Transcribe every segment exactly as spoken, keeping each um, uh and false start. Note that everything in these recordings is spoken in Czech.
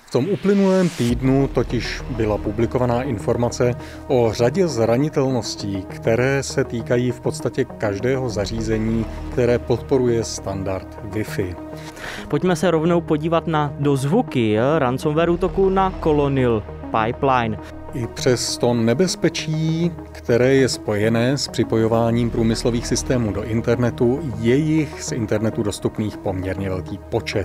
V tom uplynulém týdnu totiž byla publikovaná informace o řadě zranitelností, které se týkají v podstatě každého zařízení, které podporuje standard Wi-Fi. Pojďme se rovnou podívat na dozvuky ransomware útoku na Colonial Pipeline. I přes to nebezpečí, které je spojené s připojováním průmyslových systémů do internetu, je jich z internetu dostupných poměrně velký počet.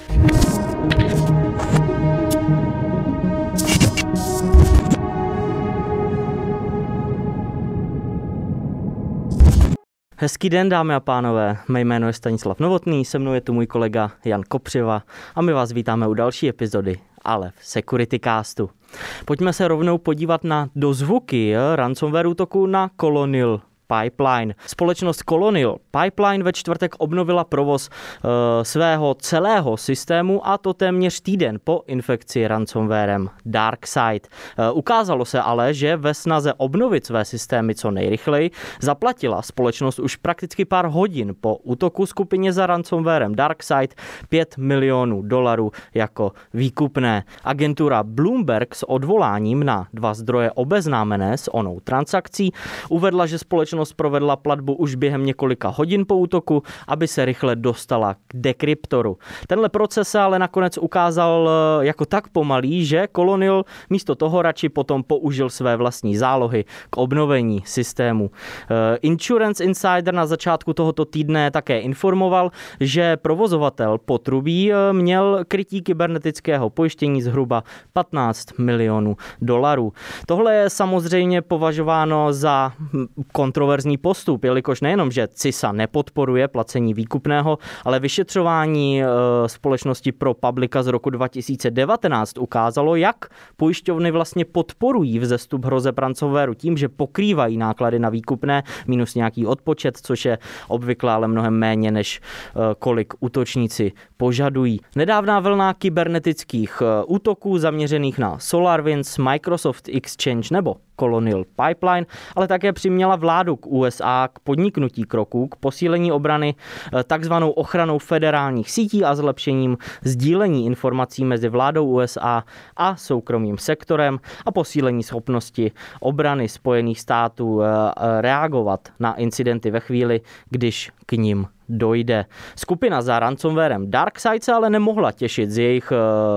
Hezký den, dámy a pánové, mé jméno je Stanislav Novotný, se mnou je tu můj kolega Jan Kopřiva a my vás vítáme u další epizody, ale v Securitycastu. Pojďme se rovnou podívat na dozvuky ransomware útoku na Colonial Pipeline. Společnost Colonial Pipeline ve čtvrtek obnovila provoz e, svého celého systému, a to téměř týden po infekci ransomwarem DarkSide. E, ukázalo se ale, že ve snaze obnovit své systémy co nejrychleji zaplatila společnost už prakticky pár hodin po útoku skupině za ransomwarem DarkSide pět milionů dolarů jako výkupné. Agentura Bloomberg s odvoláním na dva zdroje obeznámené s onou transakcí uvedla, že společnost provedla platbu už během několika hodin po útoku, aby se rychle dostala k dekryptoru. Tenhle proces se ale nakonec ukázal jako tak pomalý, že Colonial místo toho radši potom použil své vlastní zálohy k obnovení systému. Insurance Insider na začátku tohoto týdne také informoval, že provozovatel potrubí měl krytí kybernetického pojištění zhruba patnáct milionů dolarů. Tohle je samozřejmě považováno za kontroverzní postup, jelikož nejenom, že C I S A nepodporuje placení výkupného, ale vyšetřování e, společnosti ProPublica z roku dva tisíce devatenáct ukázalo, jak pojišťovny vlastně podporují vzestup hrozeb ransomwareu tím, že pokrývají náklady na výkupné minus nějaký odpočet, což je obvykle ale mnohem méně, než e, kolik útočníci požadují. Nedávná vlna kybernetických e, útoků zaměřených na SolarWinds, Microsoft Exchange nebo Colonial Pipeline, ale také přiměla vládu k U S A k podniknutí kroků k posílení obrany takzvanou ochranou federálních sítí a zlepšením sdílení informací mezi vládou U S A a soukromým sektorem a posílení schopnosti obrany Spojených států reagovat na incidenty ve chvíli, když k nim dojde. Skupina za ransomwarem DarkSide se ale nemohla těšit z jejich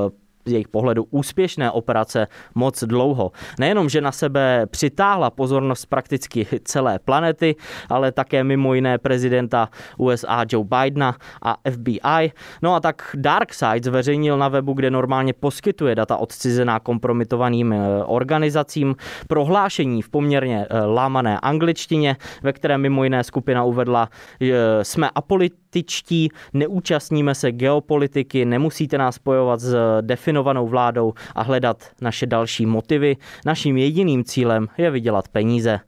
z jejich pohledu úspěšné operace moc dlouho. Nejenom, že na sebe přitáhla pozornost prakticky celé planety, ale také mimo jiné prezidenta U S A Joe Bidena a F B I. No a tak DarkSide zveřejnil na webu, kde normálně poskytuje data odcizená kompromitovaným organizacím, prohlášení v poměrně lámané angličtině, ve které mimo jiné skupina uvedla, že jsme apolitičtí, neúčastníme se geopolitiky, nemusíte nás spojovat s definovanou vládou a hledat naše další motivy. Naším jediným cílem je vydělat peníze.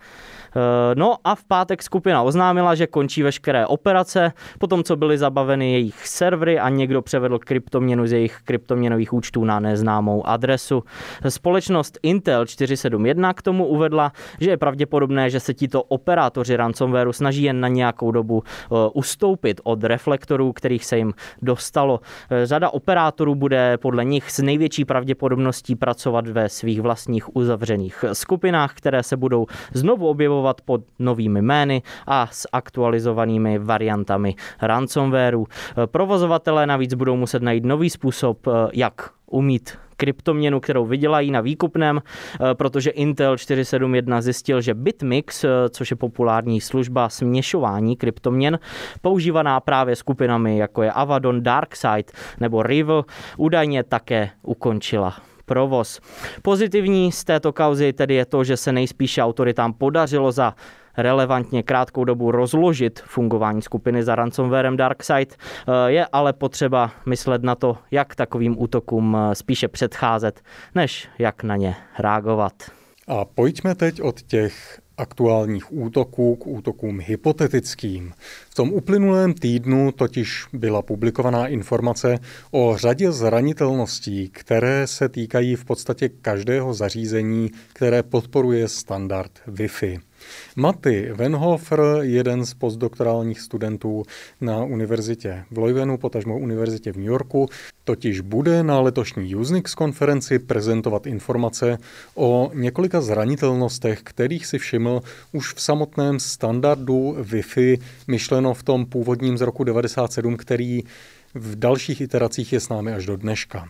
No a v pátek skupina oznámila, že končí veškeré operace, potom co byly zabaveny jejich servery a někdo převedl kryptoměnu z jejich kryptoměnových účtů na neznámou adresu. Společnost Intel čtyři sedm jedna k tomu uvedla, že je pravděpodobné, že se tito operátoři ransomwareu snaží jen na nějakou dobu ustoupit od reflektorů, kterých se jim dostalo. Řada operátorů bude podle nich s největší pravděpodobností pracovat ve svých vlastních uzavřených skupinách, které se budou znovu objevovat pod novými jmény a s aktualizovanými variantami ransomwareu. Provozovatelé navíc budou muset najít nový způsob, jak umít kryptoměnu, kterou vydělají na výkupném, protože Intel čtyři sedm jedna zjistil, že BitMix, což je populární služba směšování kryptoměn, používaná právě skupinami jako je Avadon, DarkSide nebo Rival, údajně také ukončila provoz. Pozitivní z této kauzy tedy je to, že se nejspíše autoritám podařilo za relevantně krátkou dobu rozložit fungování skupiny za ransomwarem DarkSide. Je ale potřeba myslet na to, jak takovým útokům spíše předcházet, než jak na ně reagovat. A pojďme teď od těch aktuálních útoků k útokům hypotetickým. V tom uplynulém týdnu totiž byla publikovaná informace o řadě zranitelností, které se týkají v podstatě každého zařízení, které podporuje standard Wi-Fi. Matti Venhofer, jeden z postdoktorálních studentů na univerzitě v Leuvenu, potažmo univerzitě v New Yorku, totiž bude na letošní Usenix konferenci prezentovat informace o několika zranitelnostech, kterých si všiml už v samotném standardu Wi-Fi, myšleno v tom původním z roku devadesát sedm, který v dalších iteracích je s námi až do dneška.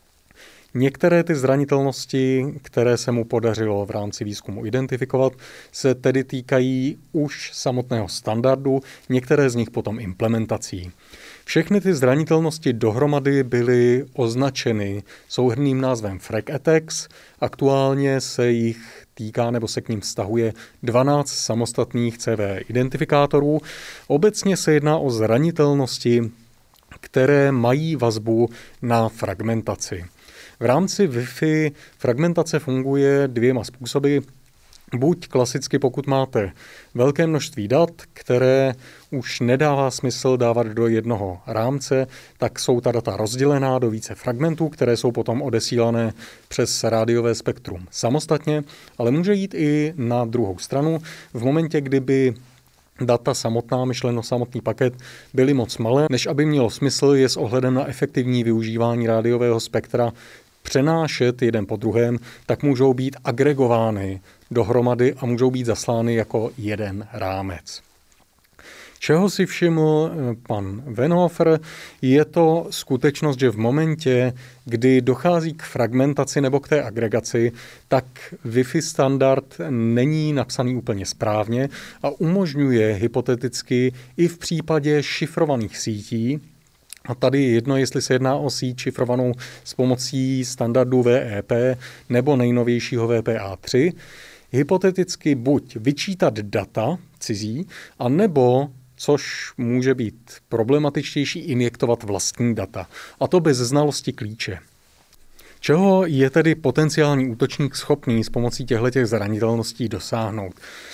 Některé ty zranitelnosti, které se mu podařilo v rámci výzkumu identifikovat, se tedy týkají už samotného standardu, některé z nich potom implementací. Všechny ty zranitelnosti dohromady byly označeny souhrnným názvem Frag Attacks. Aktuálně se jich týká nebo se k ním vztahuje dvanáct samostatných C V E identifikátorů. Obecně se jedná o zranitelnosti, které mají vazbu na fragmentaci. V rámci Wi-Fi fragmentace funguje dvěma způsoby. Buď klasicky, pokud máte velké množství dat, které už nedává smysl dávat do jednoho rámce, tak jsou ta data rozdělená do více fragmentů, které jsou potom odesílané přes rádiové spektrum samostatně, ale může jít i na druhou stranu. V momentě, kdyby data samotná, myšleno samotný paket, byly moc malé, než aby mělo smysl je s ohledem na efektivní využívání rádiového spektra přenášet jeden po druhém, tak můžou být agregovány dohromady a můžou být zaslány jako jeden rámec. Čeho si všiml pan Venhofer, je to skutečnost, že v momentě, kdy dochází k fragmentaci nebo k té agregaci, tak Wi-Fi standard není napsaný úplně správně a umožňuje hypoteticky i v případě šifrovaných sítí, a tady je jedno, jestli se jedná o síť šifrovanou s pomocí standardu V E P nebo nejnovějšího V P A tři, hypoteticky buď vyčítat data cizí, anebo, což může být problematičtější, injektovat vlastní data. A to bez znalosti klíče. Čeho je tedy potenciální útočník schopný s pomocí těchto zranitelností dosáhnout?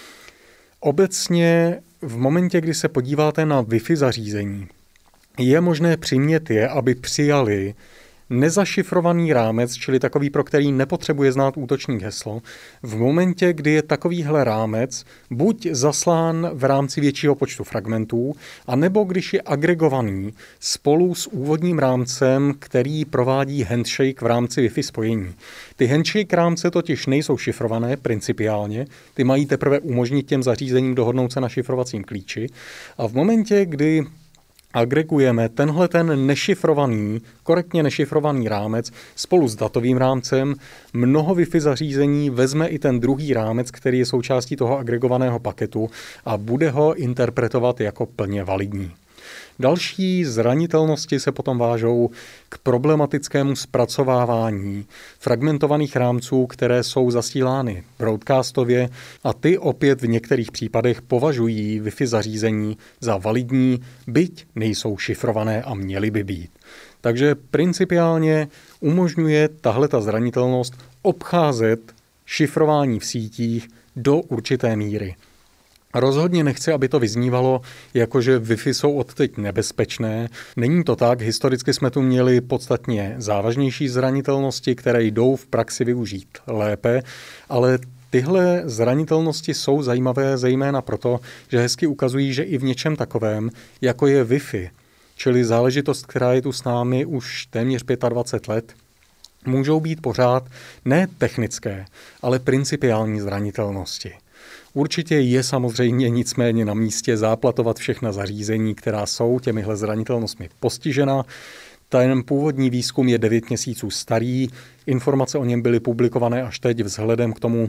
Obecně v momentě, kdy se podíváte na Wi-Fi zařízení, je možné přimět je, aby přijali nezašifrovaný rámec, čili takový, pro který nepotřebuje znát útočník heslo, v momentě, kdy je takovýhle rámec buď zaslán v rámci většího počtu fragmentů, anebo když je agregovaný spolu s úvodním rámcem, který provádí handshake v rámci Wi-Fi spojení. Ty handshake rámce totiž nejsou šifrované principiálně, ty mají teprve umožnit těm zařízením dohodnout se na šifrovacím klíči a v momentě, kdy agregujeme tenhle ten nešifrovaný, korektně nešifrovaný rámec spolu s datovým rámcem, mnoho Wi-Fi zařízení vezme i ten druhý rámec, který je součástí toho agregovaného paketu a bude ho interpretovat jako plně validní. Další zranitelnosti se potom vážou k problematickému zpracovávání fragmentovaných rámců, které jsou zasílány broadcastově a ty opět v některých případech považují Wi-Fi zařízení za validní, byť nejsou šifrované a měly by být. Takže principiálně umožňuje tahleta zranitelnost obcházet šifrování v sítích do určité míry. Rozhodně nechci, aby to vyznívalo, jako že Wi-Fi jsou odteď nebezpečné. Není to tak, historicky jsme tu měli podstatně závažnější zranitelnosti, které jdou v praxi využít lépe, ale tyhle zranitelnosti jsou zajímavé zejména proto, že hezky ukazují, že i v něčem takovém, jako je Wi-Fi, čili záležitost, která je tu s námi už téměř dvacet pět let, můžou být pořád ne technické, ale principiální zranitelnosti. Určitě je samozřejmě nicméně na místě záplatovat všechna zařízení, která jsou těmihle zranitelnostmi postižena. Ten původní výzkum je devět měsíců starý, informace o něm byly publikované až teď vzhledem k tomu,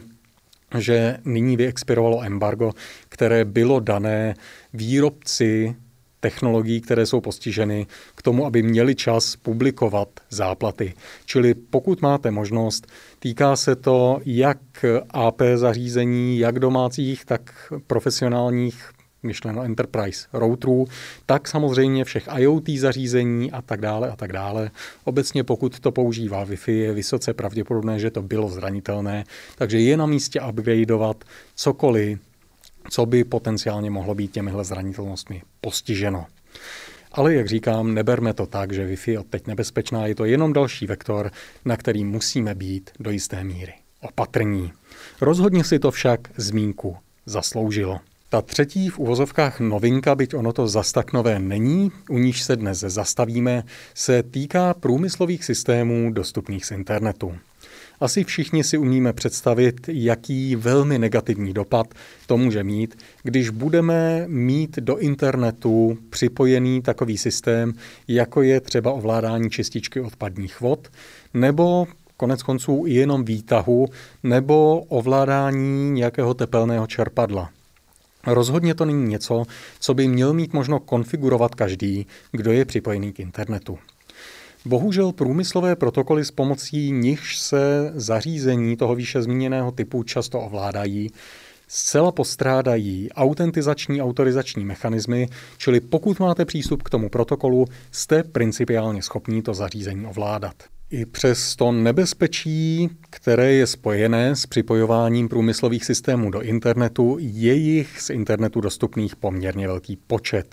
že nyní vyexpirovalo embargo, které bylo dané výrobci technologií, které jsou postiženy, k tomu, aby měli čas publikovat záplaty. Čili pokud máte možnost, týká se to jak A P zařízení, jak domácích, tak profesionálních, myšleno enterprise routerů, tak samozřejmě všech I O T zařízení a tak dále a tak dále. Obecně pokud to používá Wi-Fi, je vysoce pravděpodobné, že to bylo zranitelné, takže je na místě upgradeovat cokoliv, co by potenciálně mohlo být těmihle zranitelnostmi postiženo. Ale jak říkám, neberme to tak, že Wi-Fi je odteď nebezpečná, je to jenom další vektor, na který musíme být do jisté míry opatrní. Rozhodně si to však zmínku zasloužilo. Ta třetí v uvozovkách novinka, byť ono to zas tak nové není, u níž se dnes zastavíme, se týká průmyslových systémů dostupných z internetu. Asi všichni si umíme představit, jaký velmi negativní dopad to může mít, když budeme mít do internetu připojený takový systém, jako je třeba ovládání čističky odpadních vod, nebo konec konců i jenom výtahu, nebo ovládání nějakého tepelného čerpadla. Rozhodně to není něco, co by měl mít možno konfigurovat každý, kdo je připojený k internetu. Bohužel průmyslové protokoly, s pomocí nichž se zařízení toho výše zmíněného typu často ovládají, zcela postrádají autentizační autorizační mechanismy, čili pokud máte přístup k tomu protokolu, jste principiálně schopní to zařízení ovládat. I přes to nebezpečí, které je spojené s připojováním průmyslových systémů do internetu, je jich z internetu dostupných poměrně velký počet.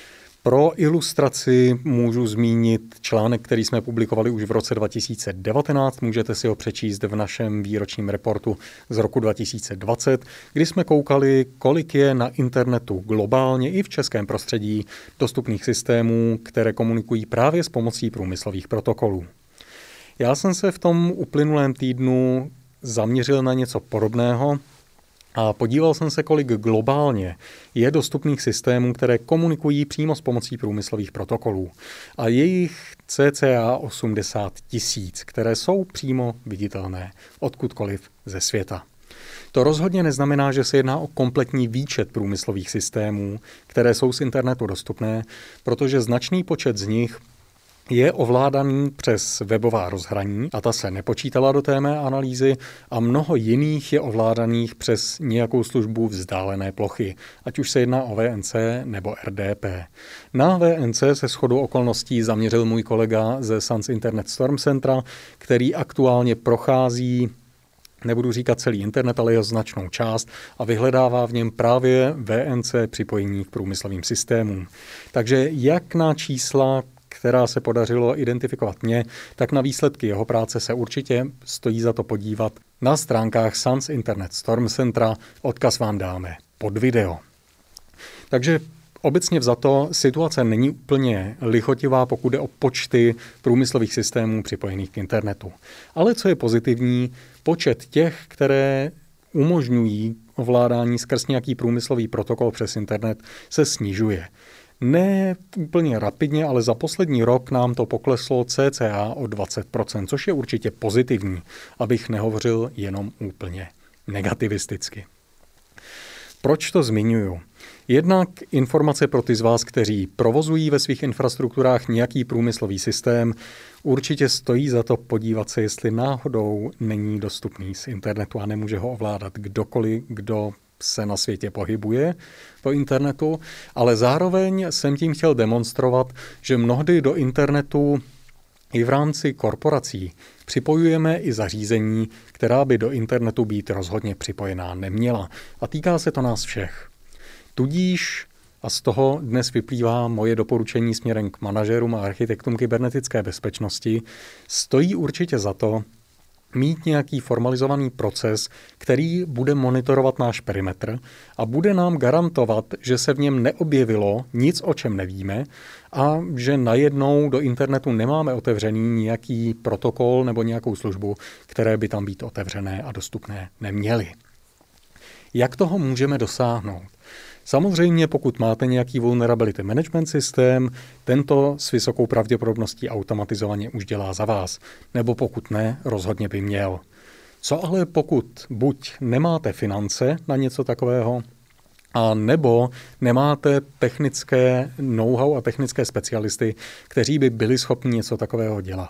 Pro ilustraci můžu zmínit článek, který jsme publikovali už v roce dva tisíce devatenáct. Můžete si ho přečíst v našem výročním reportu z roku dva tisíce dvacet, kdy jsme koukali, kolik je na internetu globálně i v českém prostředí dostupných systémů, které komunikují právě s pomocí průmyslových protokolů. Já jsem se v tom uplynulém týdnu zaměřil na něco podobného a podíval jsem se, kolik globálně je dostupných systémů, které komunikují přímo s pomocí průmyslových protokolů. A je jich cca osmdesát tisíc, které jsou přímo viditelné odkudkoliv ze světa. To rozhodně neznamená, že se jedná o kompletní výčet průmyslových systémů, které jsou z internetu dostupné, protože značný počet z nich je ovládaný přes webová rozhraní a ta se nepočítala do té mé analýzy a mnoho jiných je ovládaných přes nějakou službu vzdálené plochy, ať už se jedná o V N C nebo R D P. Na V N C se shodou okolností zaměřil můj kolega ze Sans Internet Storm Centra, který aktuálně prochází, nebudu říkat celý internet, ale jeho značnou část a vyhledává v něm právě V N C připojení k průmyslovým systémům. Takže jak na čísla, která se podařilo identifikovat mě, tak na výsledky jeho práce se určitě stojí za to podívat na stránkách Sans Internet Storm Centra. Odkaz vám dáme pod video. Takže obecně vzato situace není úplně lichotivá, pokud jde o počty průmyslových systémů připojených k internetu. Ale co je pozitivní, počet těch, které umožňují ovládání skrz nějaký průmyslový protokol přes internet, se snižuje. Ne úplně rapidně, ale za poslední rok nám to pokleslo cca o dvacet procent, což je určitě pozitivní, abych nehovořil jenom úplně negativisticky. Proč to zmiňuju? Jednak informace pro ty z vás, kteří provozují ve svých infrastrukturách nějaký průmyslový systém, určitě stojí za to podívat se, jestli náhodou není dostupný z internetu a nemůže ho ovládat kdokoliv, kdo se na světě pohybuje po internetu, ale zároveň jsem tím chtěl demonstrovat, že mnohdy do internetu i v rámci korporací připojujeme i zařízení, která by do internetu být rozhodně připojená neměla. A týká se to nás všech. Tudíž, a z toho dnes vyplývá moje doporučení směrem k manažerům a architektům kybernetické bezpečnosti, stojí určitě za to mít nějaký formalizovaný proces, který bude monitorovat náš perimetr a bude nám garantovat, že se v něm neobjevilo nic, o čem nevíme a že najednou do internetu nemáme otevřený nějaký protokol nebo nějakou službu, které by tam být otevřené a dostupné neměly. Jak toho můžeme dosáhnout? Samozřejmě, pokud máte nějaký vulnerability management systém, tento s vysokou pravděpodobností automatizovaně už dělá za vás, nebo pokud ne, rozhodně by měl. Co ale pokud buď nemáte finance na něco takového, a nebo nemáte technické know-how a technické specialisty, kteří by byli schopni něco takového dělat?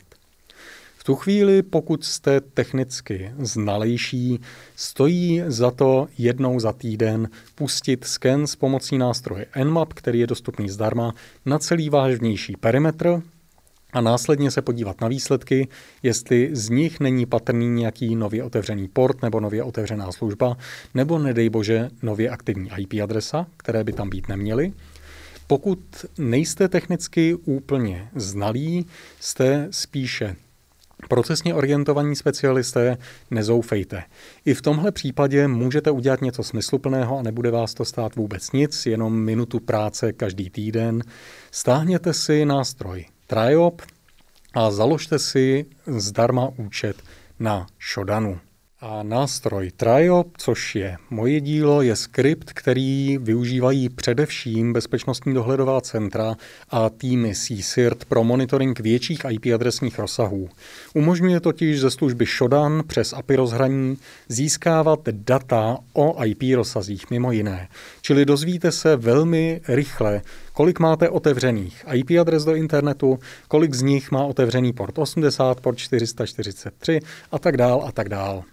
V tu chvíli, pokud jste technicky znalejší, stojí za to jednou za týden pustit sken s pomocí nástroje Nmap, který je dostupný zdarma, na celý váš vnější perimetr a následně se podívat na výsledky, jestli z nich není patrný nějaký nově otevřený port nebo nově otevřená služba, nebo nedej bože nově aktivní I P adresa, které by tam být neměly. Pokud nejste technicky úplně znalí, jste spíše Procesně orientovaní specialisté, nezoufejte. I v tomhle případě můžete udělat něco smysluplného a nebude vás to stát vůbec nic, jenom minutu práce každý týden. Stáhněte si nástroj Tryop a založte si zdarma účet na Shodanu. A nástroj Tryop, což je moje dílo, je skript, který využívají především bezpečnostní dohledová centra a týmy C S I R T pro monitoring větších I P adresních rozsahů. Umožňuje totiž ze služby Shodan přes A P I rozhraní získávat data o I P rozsazích mimo jiné. Čili dozvíte se velmi rychle, kolik máte otevřených I P adres do internetu, kolik z nich má otevřený port osmdesát, port čtyři sta čtyřicet tři a tak dál a tak dál.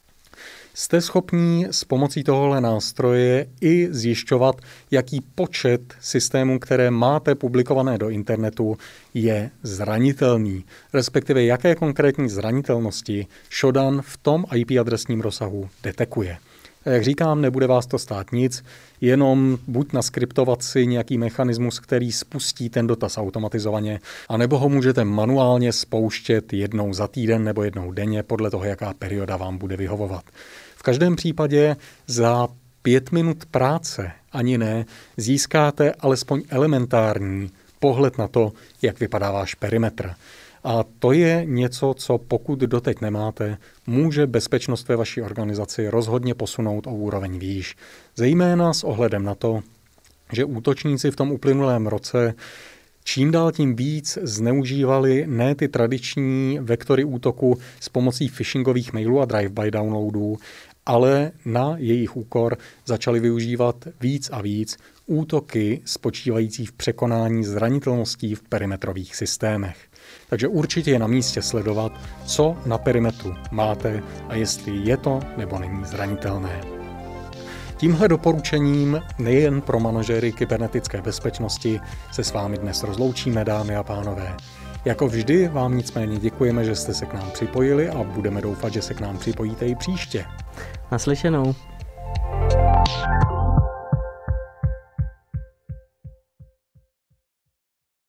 Jste schopní s pomocí tohohle nástroje i zjišťovat, jaký počet systémů, které máte publikované do internetu, je zranitelný, respektive jaké konkrétní zranitelnosti Shodan v tom I P adresním rozsahu detekuje. A jak říkám, nebude vás to stát nic, jenom buď naskriptovat si nějaký mechanismus, který spustí ten dotaz automatizovaně, anebo ho můžete manuálně spouštět jednou za týden nebo jednou denně, podle toho, jaká perioda vám bude vyhovovat. V každém případě za pět minut práce, ani ne, získáte alespoň elementární pohled na to, jak vypadá váš perimetr. A to je něco, co pokud doteď nemáte, může bezpečnost ve vaší organizaci rozhodně posunout o úroveň výš. Zejména s ohledem na to, že útočníci v tom uplynulém roce čím dál tím víc zneužívali ne ty tradiční vektory útoku s pomocí phishingových mailů a drive-by downloadů, ale na jejich úkor začali využívat víc a víc útoky spočívající v překonání zranitelností v perimetrových systémech. Takže určitě je na místě sledovat, co na perimetru máte a jestli je to nebo není zranitelné. Tímhle doporučením nejen pro manažery kybernetické bezpečnosti se s vámi dnes rozloučíme, dámy a pánové. Jako vždy vám nicméně děkujeme, že jste se k nám připojili a budeme doufat, že se k nám připojíte i příště. Naslyšenou.